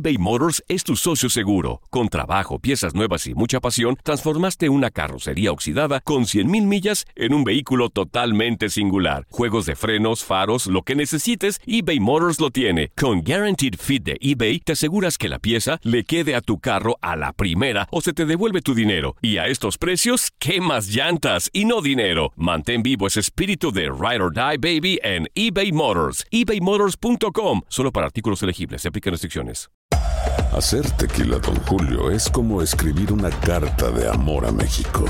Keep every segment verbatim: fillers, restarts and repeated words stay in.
eBay Motors es tu socio seguro. Con trabajo, piezas nuevas y mucha pasión, transformaste una carrocería oxidada con cien mil millas en un vehículo totalmente singular. Juegos de frenos, faros, lo que necesites, eBay Motors lo tiene. Con Guaranteed Fit de eBay, te aseguras que la pieza le quede a tu carro a la primera o se te devuelve tu dinero. Y a estos precios, ¿qué más llantas y no dinero? Mantén vivo ese espíritu de Ride or Die, baby, en eBay Motors. ebay motors punto com. Solo para artículos elegibles. Se aplican restricciones. Hacer tequila Don Julio es como escribir una carta de amor a México.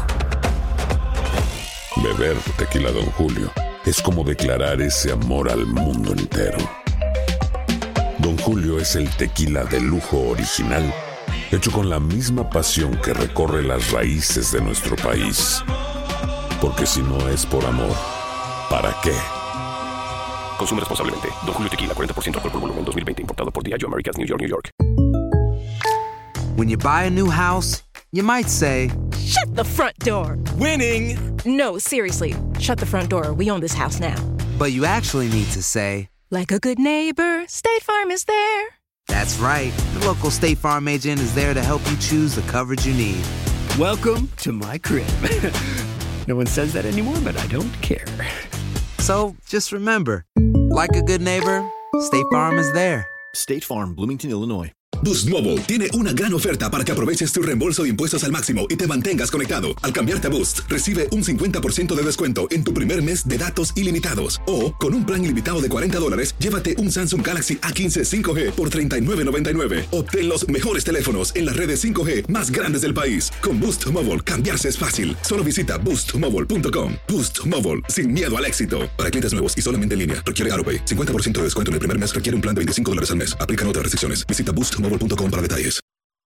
Beber tequila Don Julio es como declarar ese amor al mundo entero. Don Julio es el tequila de lujo original, hecho con la misma pasión que recorre las raíces de nuestro país. Porque si no es por amor, ¿para qué? Consume responsablemente. Don Julio Tequila, cuarenta por ciento alcohol por volumen, dos mil veinte. Importado por Diageo Americas, New York, New York. When you buy a new house, you might say, "Shut the front door." Winning! No, seriously. Shut the front door. We own this house now. But you actually need to say, like a good neighbor, State Farm is there. That's right. The local State Farm agent is there to help you choose the coverage you need. Welcome to my crib. No one says that anymore, but I don't care. So, just remember, like a good neighbor, State Farm is there. State Farm, Bloomington, Illinois. Boost Mobile tiene una gran oferta para que aproveches tu reembolso de impuestos al máximo y te mantengas conectado. Al cambiarte a Boost, recibe un cincuenta por ciento de descuento en tu primer mes de datos ilimitados. O, con un plan ilimitado de cuarenta dólares, llévate un Samsung Galaxy A quince cinco G por treinta y nueve noventa y nueve. Obtén los mejores teléfonos en las redes cinco G más grandes del país. Con Boost Mobile, cambiarse es fácil. Solo visita boost mobile punto com. Boost Mobile, sin miedo al éxito. Para clientes nuevos y solamente en línea, requiere AutoPay. cincuenta por ciento de descuento en el primer mes, requiere un plan de veinticinco dólares al mes. Aplican otras restricciones. Visita boost mobile punto com para detalles.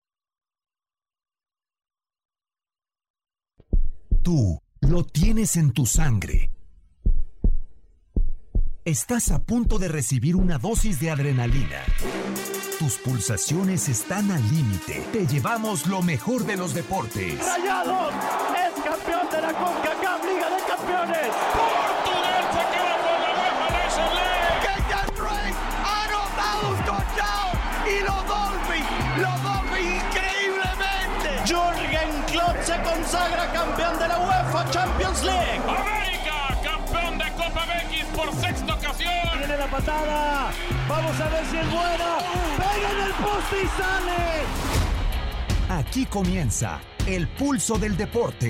Tú lo tienes en tu sangre. Estás a punto de recibir una dosis de adrenalina. Tus pulsaciones están al límite. Te llevamos lo mejor de los deportes. ¡Rayados! ¡Es campeón de la CONCACAF Liga de Campeones! ¡Portugal se queda con la UEFA Nations League! ¡Kenyan Drake ha anotado un touchdown! ¡Y los Dolphins! ¡Los Dolphins increíblemente! ¡Jürgen Klopp se consagra campeón de la UEFA Champions League! ¡América, campeón de Copa M X por sexta ocasión! ¡Viene la patada! ¡Vamos a ver si es buena! ¡Pega en el poste y sale! Aquí comienza el pulso del deporte.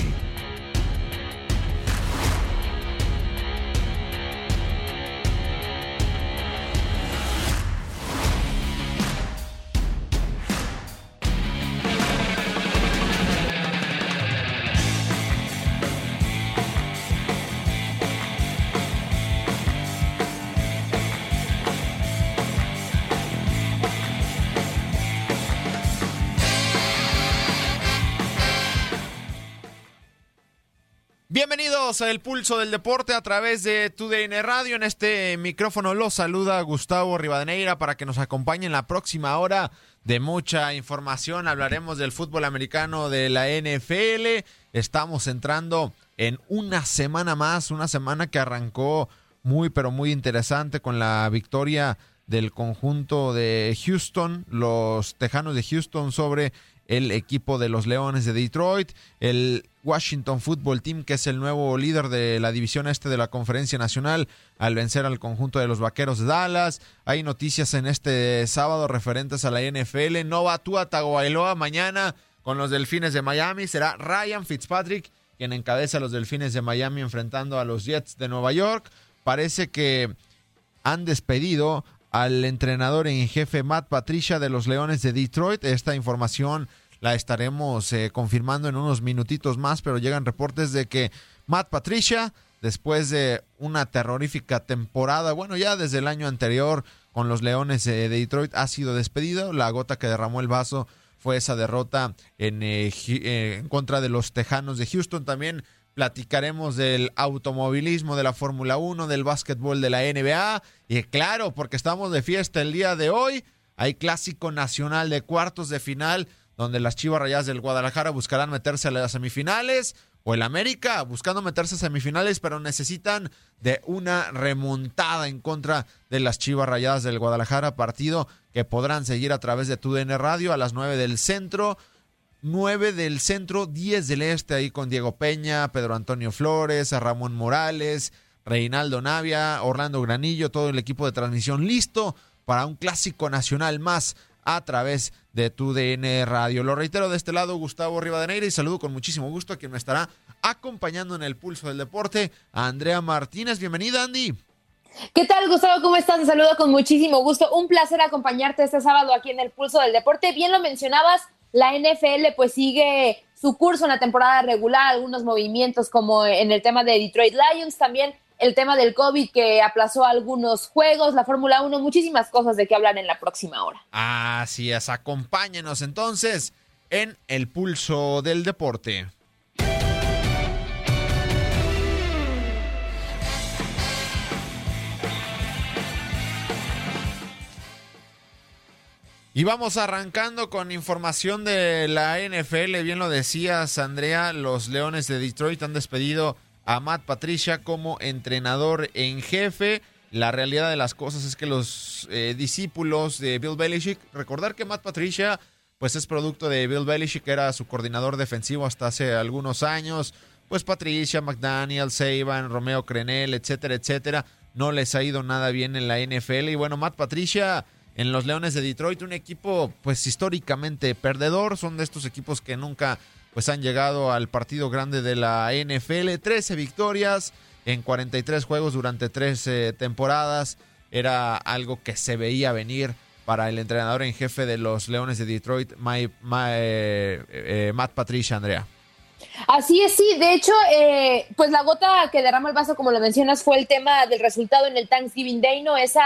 Bienvenidos a El Pulso del Deporte a través de Tu D N Radio. En este micrófono los saluda Gustavo Rivadeneira para que nos acompañe en la próxima hora de mucha información. Hablaremos del fútbol americano de la N F L. Estamos entrando en una semana más, una semana que arrancó muy pero muy interesante con la victoria del conjunto de Houston, los Tejanos de Houston sobre el equipo de los Leones de Detroit. El Washington Football Team, que es el nuevo líder de la división este de la Conferencia Nacional, al vencer al conjunto de los Vaqueros de Dallas. Hay noticias en este sábado referentes a la N F L. No va Tua Tagovailoa mañana con los Delfines de Miami. Será Ryan Fitzpatrick quien encabeza a los Delfines de Miami enfrentando a los Jets de Nueva York. Parece que han despedido al entrenador en jefe Matt Patricia de los Leones de Detroit. Esta información la estaremos eh, confirmando en unos minutitos más, pero llegan reportes de que Matt Patricia, después de una terrorífica temporada, bueno, ya desde el año anterior con los Leones eh, de Detroit, ha sido despedido. La gota que derramó el vaso fue esa derrota en, eh, eh, en contra de los Tejanos de Houston. También platicaremos del automovilismo, de la Fórmula uno, del básquetbol de la N B A. Y claro, porque estamos de fiesta el día de hoy, hay clásico nacional de cuartos de final, donde las Chivas Rayadas del Guadalajara buscarán meterse a las semifinales o el América buscando meterse a semifinales, pero necesitan de una remontada en contra de las Chivas Rayadas del Guadalajara, partido que podrán seguir a través de TUDN Radio a las nueve del centro, nueve del centro, diez del este, ahí con Diego Peña, Pedro Antonio Flores, a Ramón Morales, Reinaldo Navia, Orlando Granillo, todo el equipo de transmisión listo para un clásico nacional más a través de TUDN Radio. Lo reitero, de este lado, Gustavo Rivadeneira, y saludo con muchísimo gusto a quien me estará acompañando en el Pulso del Deporte, a Andrea Martínez. Bienvenida, Andy. ¿Qué tal, Gustavo? ¿Cómo estás? Te saludo con muchísimo gusto. Un placer acompañarte este sábado aquí en el Pulso del Deporte. Bien lo mencionabas, la N F L pues sigue su curso en la temporada regular, algunos movimientos como en el tema de Detroit Lions, también el tema del COVID que aplazó algunos juegos, la Fórmula uno, muchísimas cosas de qué hablar en la próxima hora. Así es, acompáñenos entonces en el Pulso del Deporte. Y vamos arrancando con información de la N F L. Bien lo decías, Andrea, los Leones de Detroit han despedido a Matt Patricia como entrenador en jefe. La realidad de las cosas es que los eh, discípulos de Bill Belichick, recordar que Matt Patricia pues es producto de Bill Belichick, que era su coordinador defensivo hasta hace algunos años. Pues Patricia, McDaniel, Saban, Romeo Crennel, etcétera, etcétera, no les ha ido nada bien en la N F L. Y bueno, Matt Patricia en los Leones de Detroit, un equipo pues históricamente perdedor, son de estos equipos que nunca pues han llegado al partido grande de la N F L, trece victorias en cuarenta y tres juegos durante trece temporadas, era algo que se veía venir para el entrenador en jefe de los Leones de Detroit, my, my, eh, eh, Matt Patricia, Andrea. Así es, sí, de hecho, eh, pues la gota que derrama el vaso, como lo mencionas, fue el tema del resultado en el Thanksgiving Day, ¿no? Esa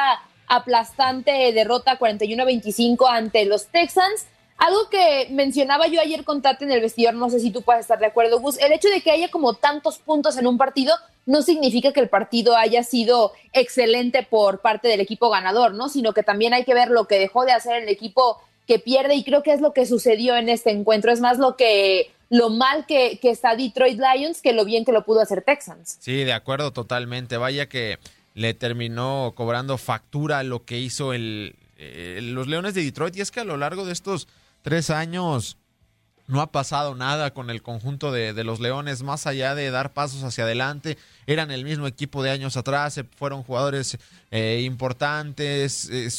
aplastante derrota cuarenta y uno a veinticinco ante los Texans. Algo que mencionaba yo ayer con Tate en el vestidor, no sé si tú puedes estar de acuerdo, Gus, el hecho de que haya como tantos puntos en un partido no significa que el partido haya sido excelente por parte del equipo ganador, ¿no? Sino que también hay que ver lo que dejó de hacer el equipo que pierde, y creo que es lo que sucedió en este encuentro. Es más lo que lo mal que, que está Detroit Lions que lo bien que lo pudo hacer Texans. Sí, de acuerdo totalmente. Vaya que le terminó cobrando factura lo que hizo el, eh, los Leones de Detroit, y es que a lo largo de estos tres años no ha pasado nada con el conjunto de, de los Leones, más allá de dar pasos hacia adelante. Eran el mismo equipo de años atrás, fueron jugadores eh, importantes, eh,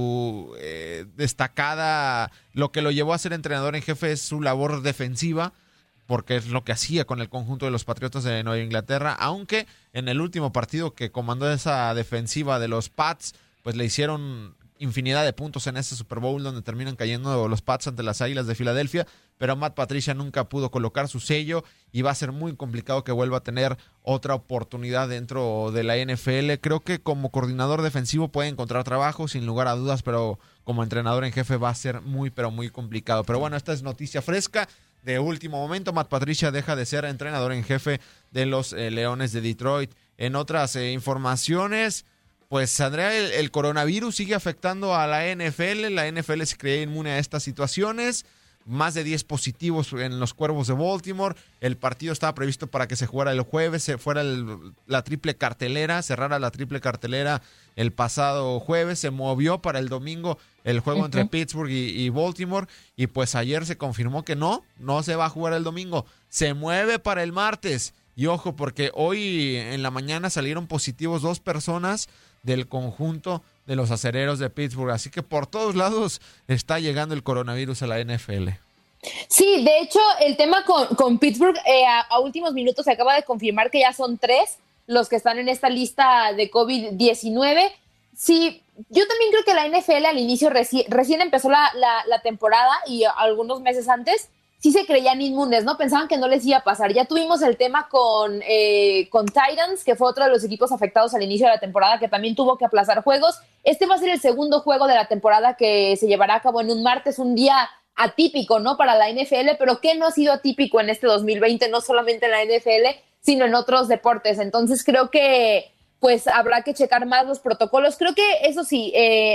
su eh, destacada, lo que lo llevó a ser entrenador en jefe es su labor defensiva, porque es lo que hacía con el conjunto de los Patriotas de Nueva Inglaterra, aunque en el último partido que comandó esa defensiva de los Pats, pues le hicieron infinidad de puntos en ese Super Bowl donde terminan cayendo los Pats ante las Águilas de Filadelfia, pero Matt Patricia nunca pudo colocar su sello y va a ser muy complicado que vuelva a tener otra oportunidad dentro de la N F L. Creo que como coordinador defensivo puede encontrar trabajo sin lugar a dudas, pero como entrenador en jefe va a ser muy pero muy complicado. Pero bueno, esta es noticia fresca de último momento. Matt Patricia deja de ser entrenador en jefe de los eh, Leones de Detroit. En otras eh, informaciones, pues Andrea, el, el coronavirus sigue afectando a la N F L. La N F L se creía inmune a estas situaciones. Más de diez positivos en los Cuervos de Baltimore. El partido estaba previsto para que se jugara el jueves, se fuera el, la triple cartelera, cerrara la triple cartelera el pasado jueves. Se movió para el domingo el juego uh-huh. entre Pittsburgh y, y Baltimore. Y pues ayer se confirmó que no, no se va a jugar el domingo. Se mueve para el martes. Y ojo, porque hoy en la mañana salieron positivos dos personas del conjunto de los Acereros de Pittsburgh, así que por todos lados está llegando el coronavirus a la N F L. Sí, de hecho, el tema con, con Pittsburgh, eh, a, a últimos minutos se acaba de confirmar que ya son tres los que están en esta lista de COVID diecinueve. Sí, yo también creo que la N F L al inicio reci- recién empezó la, la, la temporada, y algunos meses antes sí se creían inmunes, ¿no? Pensaban que no les iba a pasar. Ya tuvimos el tema con, eh, con Titans, que fue otro de los equipos afectados al inicio de la temporada, que también tuvo que aplazar juegos. Este va a ser el segundo juego de la temporada que se llevará a cabo en un martes, un día atípico, ¿no? Para la N F L, pero ¿qué no ha sido atípico en este dos mil veinte? No solamente en la N F L, sino en otros deportes. Entonces creo que pues habrá que checar más los protocolos. Creo que eso sí, eh,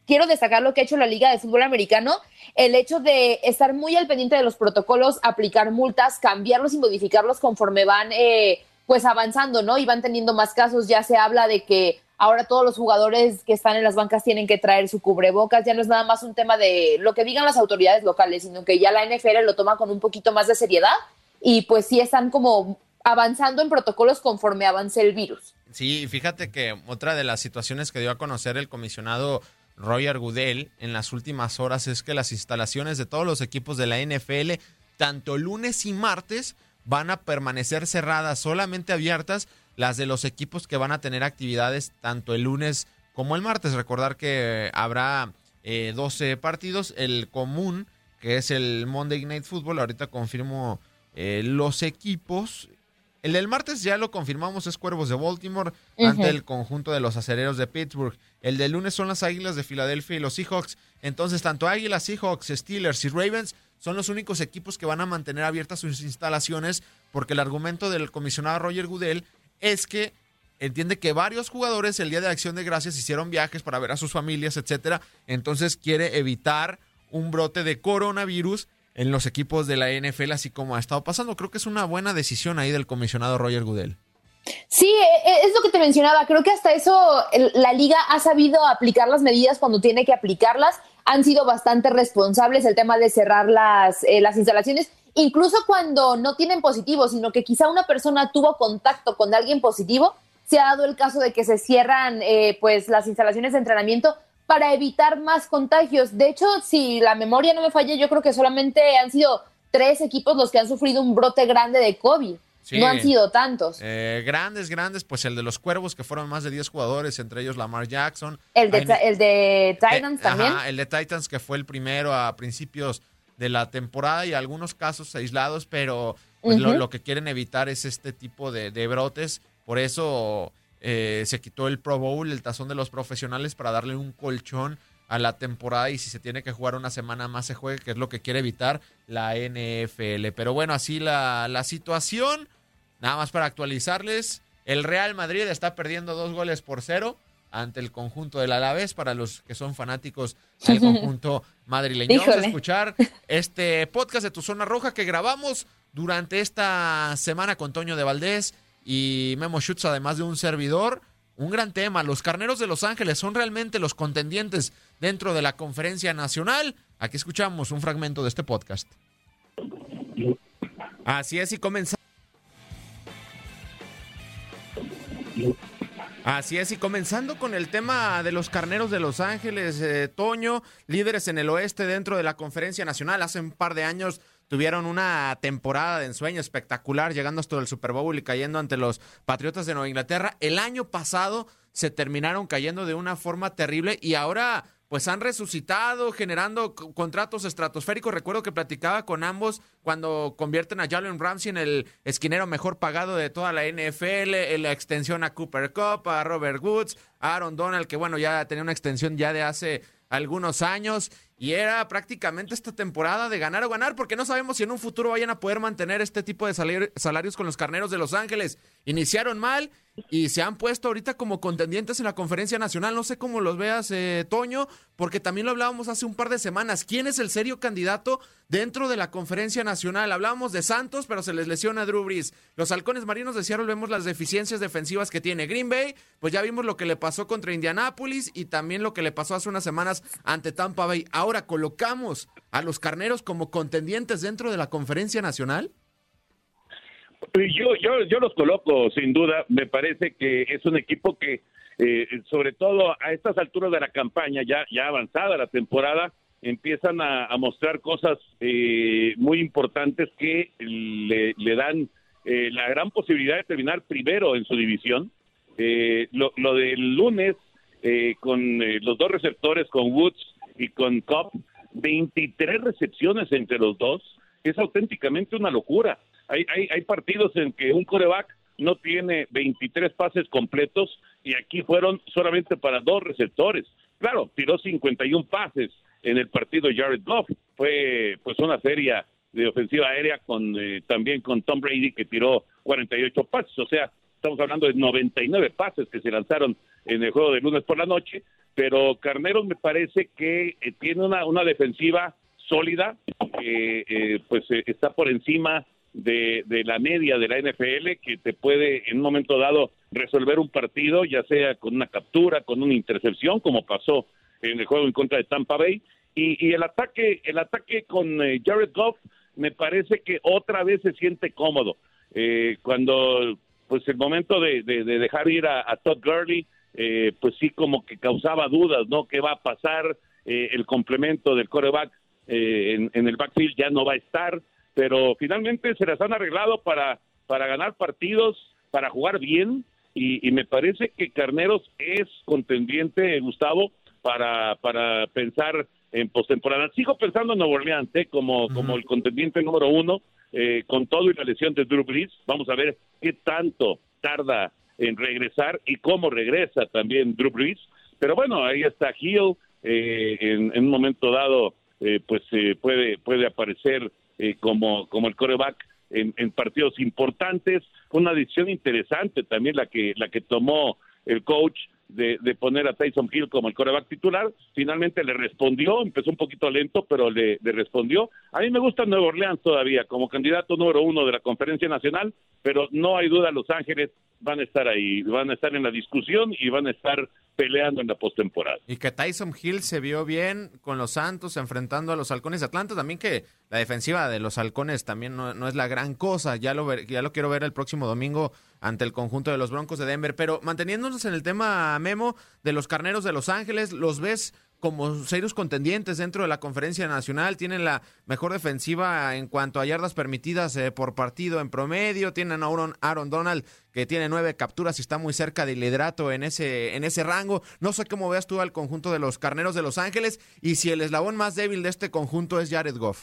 quiero destacar lo que ha hecho la Liga de Fútbol Americano, el hecho de estar muy al pendiente de los protocolos, aplicar multas, cambiarlos y modificarlos conforme van eh, pues avanzando, ¿no? Y van teniendo más casos. Ya se habla de que ahora todos los jugadores que están en las bancas tienen que traer su cubrebocas. Ya no es nada más un tema de lo que digan las autoridades locales, sino que ya la N F L lo toma con un poquito más de seriedad y pues sí están como avanzando en protocolos conforme avance el virus. Sí, fíjate que otra de las situaciones que dio a conocer el comisionado Roger Goodell en las últimas horas es que las instalaciones de todos los equipos de la N F L, tanto lunes y martes, van a permanecer cerradas, solamente abiertas las de los equipos que van a tener actividades tanto el lunes como el martes. Recordar que habrá eh, doce partidos, el común, que es el Monday Night Football, ahorita confirmo eh, los equipos. El del martes ya lo confirmamos, es Cuervos de Baltimore uh-huh. ante el conjunto de los Acereros de Pittsburgh. El del lunes son las Águilas de Filadelfia y los Seahawks. Entonces, tanto Águilas, Seahawks, Steelers y Ravens son los únicos equipos que van a mantener abiertas sus instalaciones, porque el argumento del comisionado Roger Goodell es que entiende que varios jugadores el día de Acción de Gracias hicieron viajes para ver a sus familias, etcétera. Entonces quiere evitar un brote de coronavirus en los equipos de la N F L, así como ha estado pasando. Creo que es una buena decisión ahí del comisionado Roger Goodell. Sí, es lo que te mencionaba. Creo que hasta eso la liga ha sabido aplicar las medidas cuando tiene que aplicarlas. Han sido bastante responsables el tema de cerrar las, eh, las instalaciones, incluso cuando no tienen positivo, sino que quizá una persona tuvo contacto con alguien positivo. Se ha dado el caso de que se cierran eh, pues las instalaciones de entrenamiento para evitar más contagios. De hecho, si la memoria no me falla, yo creo que solamente han sido tres equipos los que han sufrido un brote grande de COVID. Sí, no han sido tantos. Eh, grandes, grandes, pues el de los Cuervos, que fueron más de diez jugadores, entre ellos Lamar Jackson. El de, Hay, el de Titans eh, también. Ajá, el de Titans, que fue el primero a principios de la temporada, y algunos casos aislados, pero pues, uh-huh. lo, lo que quieren evitar es este tipo de, de brotes. Por eso eh, se quitó el Pro Bowl, el tazón de los profesionales, para darle un colchón a la temporada, y si se tiene que jugar una semana más se juegue, que es lo que quiere evitar la N F L. Pero bueno, así la, la situación. Nada más para actualizarles, el Real Madrid está perdiendo dos goles por cero ante el conjunto del Alavés, para los que son fanáticos del conjunto madrileño. Híjole. Vamos a escuchar este podcast de Tu Zona Roja que grabamos durante esta semana con Toño de Valdés y Memo Schutz, además de un servidor. Un gran tema, los Carneros de Los Ángeles son realmente los contendientes dentro de la Conferencia Nacional. Aquí escuchamos un fragmento de este podcast. Así es, y comenzamos. Así es, y comenzando con el tema de los Carneros de Los Ángeles, eh, Toño, líderes en el oeste dentro de la Conferencia Nacional. Hace un par de años tuvieron una temporada de ensueño espectacular, llegando hasta el Super Bowl y cayendo ante los Patriotas de Nueva Inglaterra. El año pasado se terminaron cayendo de una forma terrible y ahora pues han resucitado, generando c- contratos estratosféricos. Recuerdo que platicaba con ambos cuando convierten a Jalen Ramsey en el esquinero mejor pagado de toda la N F L, en la extensión a Cooper Kupp, a Robert Woods, a Aaron Donald, que bueno, ya tenía una extensión ya de hace algunos años, y era prácticamente esta temporada de ganar o ganar, porque no sabemos si en un futuro vayan a poder mantener este tipo de salir- salarios con los Carneros de Los Ángeles. Iniciaron mal y se han puesto ahorita como contendientes en la Conferencia Nacional. No sé cómo los veas, eh, Toño, porque también lo hablábamos hace un par de semanas. ¿Quién es el serio candidato dentro de la Conferencia Nacional? Hablábamos de Santos, pero se les lesiona a Drew Brees. Los Halcones Marinos de Seattle, vemos las deficiencias defensivas que tiene. Green Bay, pues ya vimos lo que le pasó contra Indianapolis y también lo que le pasó hace unas semanas ante Tampa Bay. Ahora colocamos a los Carneros como contendientes dentro de la Conferencia Nacional. Yo, yo, yo los coloco, sin duda. Me parece que es un equipo que, eh, sobre todo a estas alturas de la campaña, ya, ya avanzada la temporada, empiezan a, a mostrar cosas eh, muy importantes que le, le dan eh, la gran posibilidad de terminar primero en su división. Eh, lo, lo del lunes, eh, con eh, los dos receptores, con Woods y con Kupp, veintitrés recepciones entre los dos, es auténticamente una locura. Hay, hay, hay partidos en que un quarterback no tiene veintitrés pases completos y aquí fueron solamente para dos receptores. Claro, tiró cincuenta y uno pases en el partido Jared Goff. Fue pues una serie de ofensiva aérea con eh, también con Tom Brady, que tiró cuarenta y ocho pases. O sea, estamos hablando de noventa y nueve pases que se lanzaron en el juego de lunes por la noche. pero Carneros me parece que eh, tiene una, una defensiva sólida, que eh, pues eh, está por encima de, de la media de la N F L, que te puede en un momento dado resolver un partido, ya sea con una captura, con una intercepción, como pasó en el juego en contra de Tampa Bay, y, y el ataque el ataque con eh, Jared Goff me parece que otra vez se siente cómodo. Eh, cuando pues el momento de, de, de dejar ir a, a Todd Gurley, eh, pues sí como que causaba dudas, ¿no? ¿Qué va a pasar? Eh, el complemento del quarterback eh, en, en el backfield ya no va a estar, pero finalmente se las han arreglado para, para ganar partidos, para jugar bien, y, y me parece que Carneros es contendiente, Gustavo, para, para pensar en postemporada. Sigo pensando en Nueva Orleans, ¿eh? como, uh-huh. como el contendiente número uno, eh, con todo y la lesión de Drew Brees. Vamos a ver qué tanto tarda en regresar y cómo regresa también Drew Brees. Pero bueno, ahí está Hill, eh, en, en un momento dado, eh, pues eh, puede puede aparecer eh, como, como el quarterback en, en partidos importantes. Fue una decisión interesante también la que la que tomó el coach de, de poner a Taysom Hill como el quarterback titular. Finalmente le respondió, empezó un poquito lento, pero le, le respondió. A mí me gusta Nueva Orleans todavía como candidato número uno de la Conferencia Nacional, pero no hay duda, Los Ángeles van a estar ahí, van a estar en la discusión y van a estar peleando en la postemporada. Y que Taysom Hill se vio bien con los Santos enfrentando a los Halcones de Atlanta, también que la defensiva de los Halcones también no, no es la gran cosa, ya lo ver, ya lo quiero ver el próximo domingo ante el conjunto de los Broncos de Denver, pero manteniéndonos en el tema, Memo, de los Carneros de Los Ángeles, ¿los ves como serios contendientes dentro de la Conferencia Nacional? Tienen la mejor defensiva en cuanto a yardas permitidas eh, por partido en promedio, tienen a Aaron, Aaron Donald, que tiene nueve capturas y está muy cerca del liderato en ese, en ese rango. No sé cómo veas tú al conjunto de los Carneros de Los Ángeles y si el eslabón más débil de este conjunto es Jared Goff.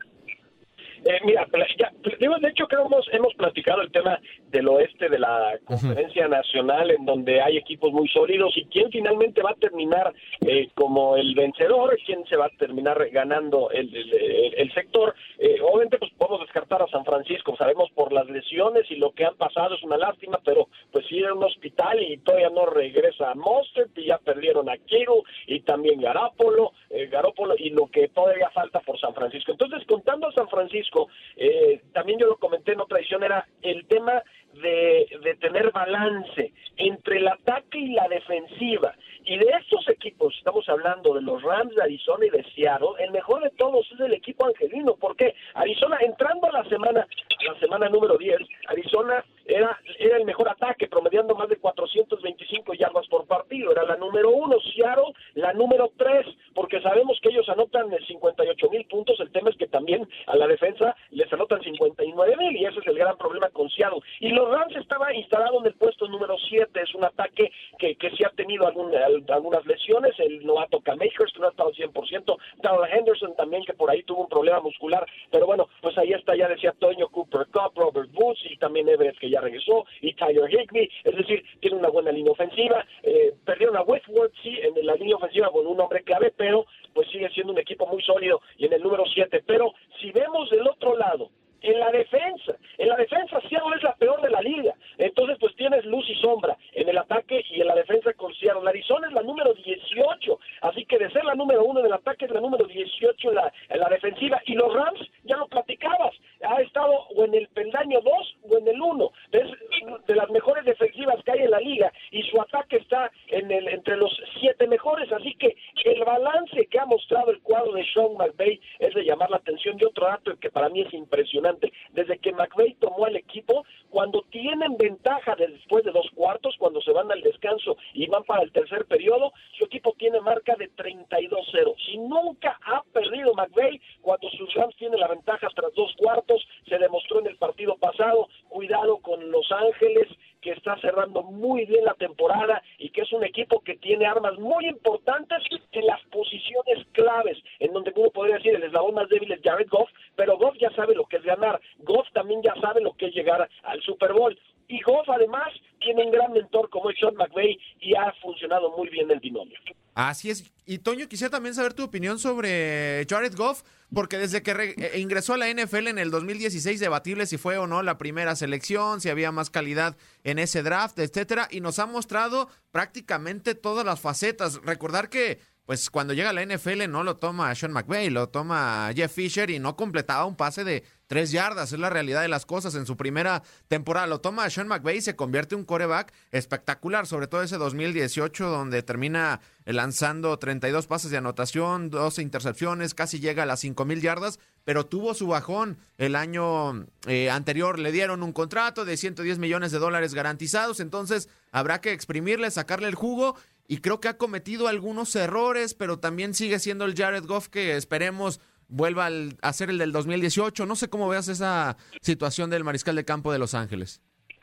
Eh, mira, ya, de hecho creo que hemos, hemos platicado el tema del oeste de la Conferencia uh-huh. Nacional, en donde hay equipos muy sólidos, y quién finalmente va a terminar eh, como el vencedor, quién se va a terminar ganando el, el, el, el sector. Eh, obviamente pues podemos descartar a San Francisco, sabemos por las lesiones y lo que han pasado, es una lástima, pero pues sí era un hospital y todavía no regresa a Mostert, y ya perdieron a Kittle y también Garoppolo, eh, Garoppolo y lo que todavía falta por San Francisco. Entonces, contando a San Francisco, Eh, también yo lo comenté en otra edición, era el tema de, de tener balance entre el ataque y la defensiva. Y de estos equipos, estamos hablando de los Rams de Arizona y de Seattle, el mejor de todos es el equipo angelino. ¿Por qué? Arizona, entrando a la semana, la semana número diez, Arizona era, era el mejor ataque, promediando más de cuatrocientos veinticinco yardas por partido. Era la número uno, Seattle la número tres, porque sabemos que ellos anotan cincuenta y ocho mil puntos. El tema es que también a la defensa les anotan cincuenta y nueve mil, y ese es el gran problema con Seattle. Y los Rams estaba instalado en el puesto número siete, es un ataque que, que sí ha tenido algún, algunas lesiones, el novato Cam Akers, que no ha estado al cien por ciento, Darrell Henderson también, que por ahí tuvo un problema muscular, pero bueno, pues ahí está, ya decía Toño, Cooper Kupp, Robert Woods, y también Everett, que ya regresó, y Tyler Higbee, es decir, tiene una buena línea ofensiva. Eh, perdieron a Westworth, sí, en la línea ofensiva con un hombre clave, pero pues sigue siendo un equipo muy sólido, y en el número siete, pero si vemos del otro lado, en la defensa, en la defensa Seattle es la peor de la liga, entonces pues tienes luz y sombra en el ataque y en la defensa con Seattle. Arizona es la número dieciocho, así que de ser la número uno en el ataque es la número dieciocho en la, en la defensiva, y los Rams, ya lo platicabas, ha estado o en el peldaño dos o en el uno, es de las mejores defensivas que hay en la liga, y su ataque está en el, entre los siete mejores, así que el balance que ha mostrado el cuadro de Sean McVay es de llamar la atención. Y otro dato que para mí es impresionante, desde que McVay tomó al equipo, cuando tienen ventaja de después de dos cuartos, cuando se van al descanso y van para el tercer periodo, su equipo tiene marca de treinta y dos cero, y nunca ha perdido McVay cuando sus Rams tienen la ventaja tras dos cuartos. Se demostró en el partido pasado. Cuidado con Los Ángeles, que está cerrando muy bien la temporada y que es un equipo que tiene armas muy importantes en las posiciones claves, en donde uno podría decir el eslabón más débil es Jared Goff, pero Goff ya sabe lo que es ganar, Goff también ya sabe lo que es llegar al Super Bowl, y Goff además tiene un gran mentor como es Sean McVay, y ha funcionado muy bien el binomio. Así es. Y Toño, quisiera también saber tu opinión sobre Jared Goff, porque desde que re- eh, ingresó a la N F L en el dos mil dieciséis, debatible si fue o no la primera selección, si había más calidad en ese draft, etcétera, y nos ha mostrado prácticamente todas las facetas. Recordar que pues cuando llega a la N F L no lo toma Sean McVay, lo toma Jeff Fisher y no completaba un pase de tres yardas, es la realidad de las cosas. En su primera temporada lo toma Sean McVay y se convierte en un quarterback espectacular, sobre todo ese dos mil dieciocho donde termina lanzando treinta y dos pases de anotación, doce intercepciones, casi llega a las cinco mil yardas, pero tuvo su bajón el año eh, anterior. Le dieron un contrato de ciento diez millones de dólares garantizados, entonces habrá que exprimirle, sacarle el jugo. Y creo que ha cometido algunos errores, pero también sigue siendo el Jared Goff que esperemos vuelva al, a ser el del dos mil dieciocho. No sé cómo veas esa situación del mariscal de campo de Los Ángeles.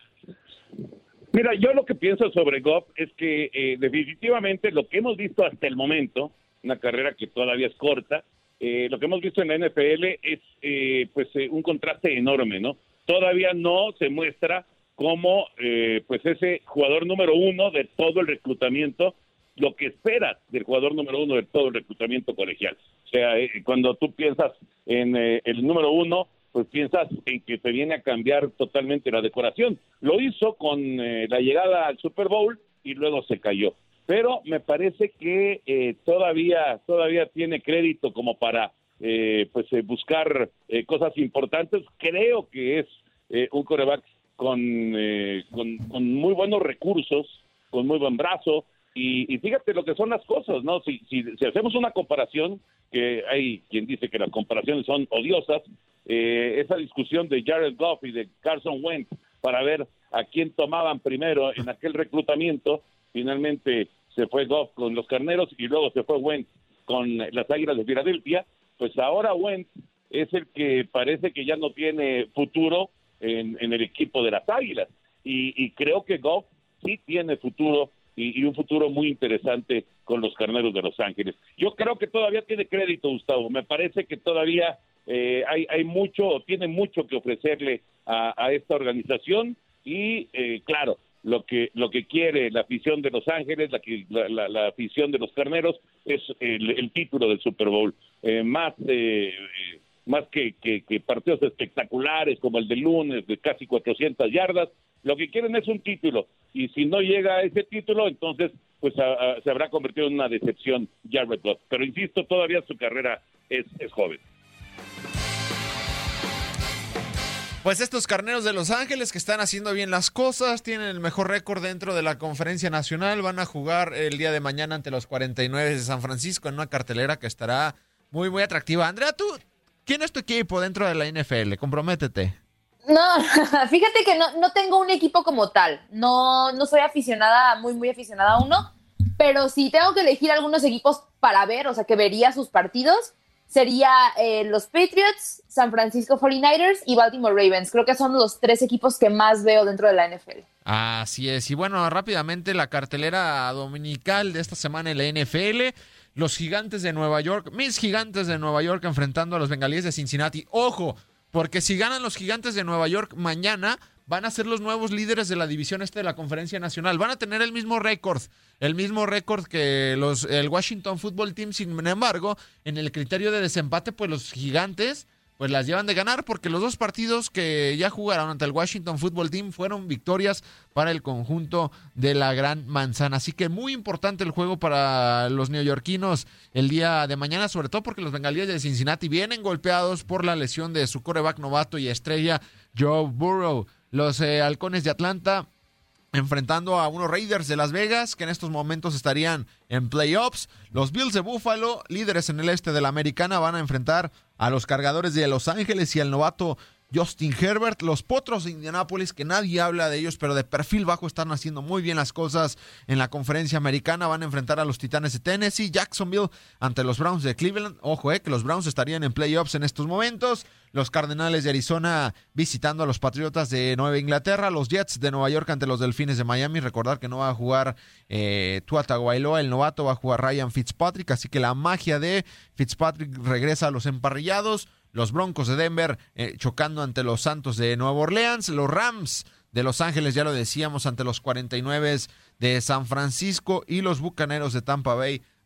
Mira, yo lo que pienso sobre Goff es que eh, definitivamente lo que hemos visto hasta el momento, una carrera que todavía es corta, eh, lo que hemos visto en la N F L es eh, pues eh, un contraste enorme, ¿no? Todavía no se muestra como eh, pues ese jugador número uno de todo el reclutamiento, lo que esperas del jugador número uno de todo el reclutamiento colegial. O sea, eh, cuando tú piensas en eh, el número uno, pues piensas en que te viene a cambiar totalmente la decoración. Lo hizo con eh, la llegada al Super Bowl y luego se cayó. Pero me parece que eh, todavía todavía tiene crédito como para eh, pues eh, buscar eh, cosas importantes. Creo que es eh, un quarterback Con, eh, con, con muy buenos recursos, con muy buen brazo, y, y fíjate lo que son las cosas, ¿no? Si, si, si hacemos una comparación, que hay quien dice que las comparaciones son odiosas, eh, esa discusión de Jared Goff y de Carson Wentz para ver a quién tomaban primero en aquel reclutamiento, finalmente se fue Goff con los Carneros y luego se fue Wentz con las Águilas de Filadelfia. Pues ahora Wentz es el que parece que ya no tiene futuro En, en el equipo de las Águilas, y, y creo que Goff sí tiene futuro y, y un futuro muy interesante con los Carneros de Los Ángeles. Yo creo que todavía tiene crédito, Gustavo, me parece que todavía eh, hay, hay mucho, tiene mucho que ofrecerle a, a esta organización y eh, claro, lo que lo que quiere la afición de Los Ángeles, la, la, la, la afición de los Carneros es el, el título del Super Bowl, eh, más eh, más que, que, que partidos espectaculares como el de lunes de casi cuatrocientas yardas, lo que quieren es un título, y si no llega a ese título, entonces pues a, a, se habrá convertido en una decepción Jared Goff, pero insisto, todavía su carrera es, es joven. Pues estos Carneros de Los Ángeles que están haciendo bien las cosas, tienen el mejor récord dentro de la Conferencia Nacional, van a jugar el día de mañana ante los cuarenta y nueve de San Francisco en una cartelera que estará muy muy atractiva. Andrea, tú ¿quién es tu equipo dentro de la N F L? Comprométete. No, fíjate que no, no tengo un equipo como tal. No, no soy aficionada, muy, muy aficionada a uno. Pero si tengo que elegir algunos equipos para ver, o sea, que vería sus partidos, sería eh, los Patriots, San Francisco cuarenta y nueve ers y Baltimore Ravens. Creo que son los tres equipos que más veo dentro de la N F L. Así es. Y bueno, rápidamente la cartelera dominical de esta semana en la N F L. Los Gigantes de Nueva York, mis Gigantes de Nueva York enfrentando a los Bengalíes de Cincinnati. Ojo, porque si ganan los Gigantes de Nueva York mañana, van a ser los nuevos líderes de la división este de la Conferencia Nacional. Van a tener el mismo récord, el mismo récord que los el Washington Football Team. Sin embargo, en el criterio de desempate, pues los Gigantes pues las llevan de ganar, porque los dos partidos que ya jugaron ante el Washington Football Team fueron victorias para el conjunto de la Gran Manzana. Así que muy importante el juego para los neoyorquinos el día de mañana, sobre todo porque los Bengalíes de Cincinnati vienen golpeados por la lesión de su quarterback novato y estrella Joe Burrow. Los eh, Halcones de Atlanta enfrentando a unos Raiders de Las Vegas que en estos momentos estarían en playoffs. Los Bills de Buffalo, líderes en el este de la Americana, van a enfrentar a los Cargadores de Los Ángeles y al novato Justin Herbert. Los Potros de Indianápolis, que nadie habla de ellos, pero de perfil bajo están haciendo muy bien las cosas en la Conferencia Americana, van a enfrentar a los Titanes de Tennessee. Jacksonville ante los Browns de Cleveland. Ojo, eh, que los Browns estarían en playoffs en estos momentos. Los Cardenales de Arizona visitando a los Patriotas de Nueva Inglaterra. Los Jets de Nueva York ante los Delfines de Miami. Recordar que no va a jugar eh, Tua Tagovailoa, el novato, va a jugar Ryan Fitzpatrick, así que la magia de Fitzpatrick regresa a los emparrillados. Los Broncos de Denver eh, chocando ante los Santos de Nueva Orleans. Los Rams de Los Ángeles, ya lo decíamos, ante los cuarenta y nueve de San Francisco. Y los Bucaneros de Tampa Bay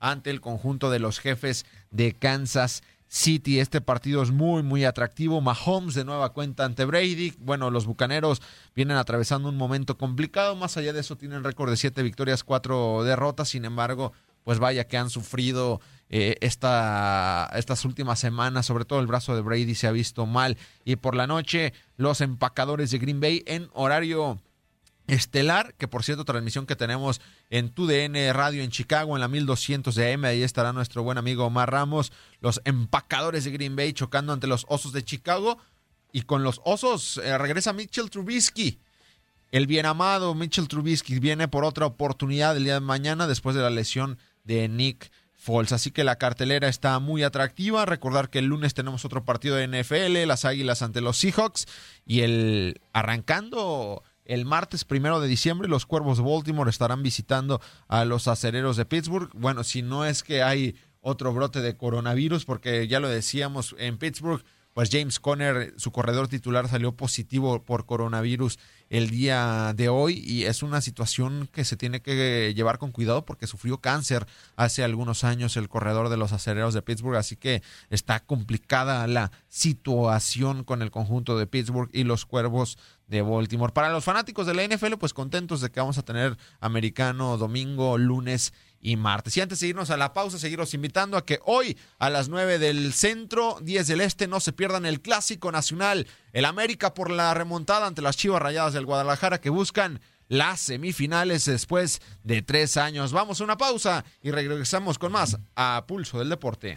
ante el conjunto de los Jefes de Kansas City. Este partido es muy, muy atractivo. Mahomes de nueva cuenta ante Brady. Bueno, los Bucaneros vienen atravesando un momento complicado. Más allá de eso, tienen récord de siete victorias, cuatro derrotas. Sin embargo, pues vaya que han sufrido eh, esta, estas últimas semanas. Sobre todo el brazo de Brady se ha visto mal. Y por la noche, los Empacadores de Green Bay en horario estelar, que por cierto, transmisión que tenemos en Tu D N Radio en Chicago, en la mil doscientos de A M, ahí estará nuestro buen amigo Omar Ramos. Los Empacadores de Green Bay chocando ante los Osos de Chicago, y con los Osos eh, regresa Mitchell Trubisky, el bien amado Mitchell Trubisky, viene por otra oportunidad el día de mañana después de la lesión de Nick Foles, así que la cartelera está muy atractiva. Recordar que el lunes tenemos otro partido de N F L, las Águilas ante los Seahawks, y el arrancando el martes primero de diciembre, los Cuervos de Baltimore estarán visitando a los Acereros de Pittsburgh. Bueno, si no es que hay otro brote de coronavirus, porque ya lo decíamos, en Pittsburgh, pues James Conner, su corredor titular, salió positivo por coronavirus el día de hoy, y es una situación que se tiene que llevar con cuidado porque sufrió cáncer hace algunos años el corredor de los Acereros de Pittsburgh, así que está complicada la situación con el conjunto de Pittsburgh y los Cuervos de Baltimore. Para los fanáticos de la N F L, pues contentos de que vamos a tener americano domingo, lunes y martes. Y antes de irnos a la pausa, seguirnos invitando a que hoy a las nueve del centro, diez del este, no se pierdan el Clásico Nacional, el América por la remontada ante las Chivas Rayadas del Guadalajara, que buscan las semifinales después de tres años. Vamos a una pausa y regresamos con más a Pulso del Deporte.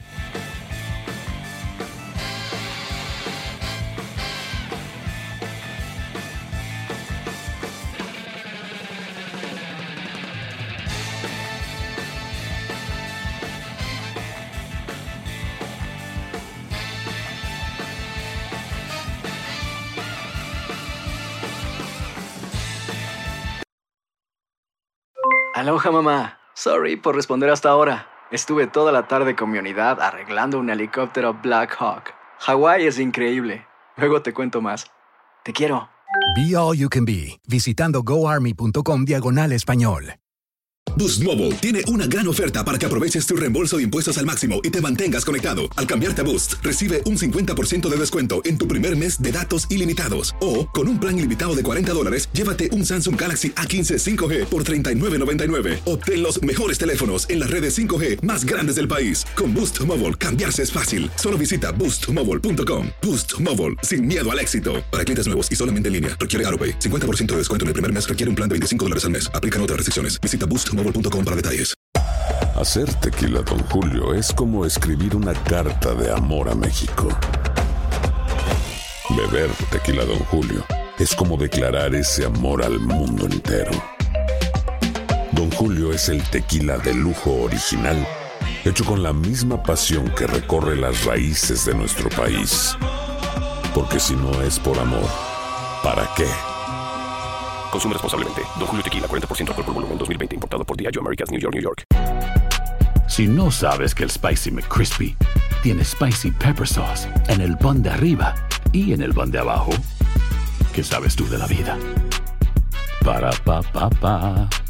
Aloha, mamá. Sorry por responder hasta ahora. Estuve toda la tarde con mi unidad arreglando un helicóptero Black Hawk. Hawái es increíble. Luego te cuento más. Te quiero. Be All You Can Be, visitando goarmy.com diagonal español. Boost Mobile tiene una gran oferta para que aproveches tu reembolso de impuestos al máximo y te mantengas conectado. Al cambiarte a Boost, recibe un cincuenta por ciento de descuento en tu primer mes de datos ilimitados. O, con un plan ilimitado de cuarenta dólares, llévate un Samsung Galaxy A quince cinco G por treinta y nueve noventa y nueve. Obtén los mejores teléfonos en las redes cinco G más grandes del país. Con Boost Mobile, cambiarse es fácil. Solo visita boost mobile punto com. Boost Mobile, sin miedo al éxito. Para clientes nuevos y solamente en línea, requiere AutoPay. cincuenta por ciento de descuento en el primer mes, requiere un plan de veinticinco dólares al mes. Aplican otras restricciones. Visita boost mobile punto com para detalles. Hacer tequila Don Julio es como escribir una carta de amor a México. Beber tequila Don Julio es como declarar ese amor al mundo entero. Don Julio es el tequila de lujo original, hecho con la misma pasión que recorre las raíces de nuestro país. Porque si no es por amor, ¿para qué? Consume responsablemente. Don Julio Tequila, cuarenta por ciento alcohol por volumen, dos mil veinte, importado por Diageo Americas, New York, New York. Si no sabes que el Spicy McCrispy tiene Spicy Pepper Sauce en el pan de arriba y en el pan de abajo, ¿qué sabes tú de la vida? Para, pa, pa, pa.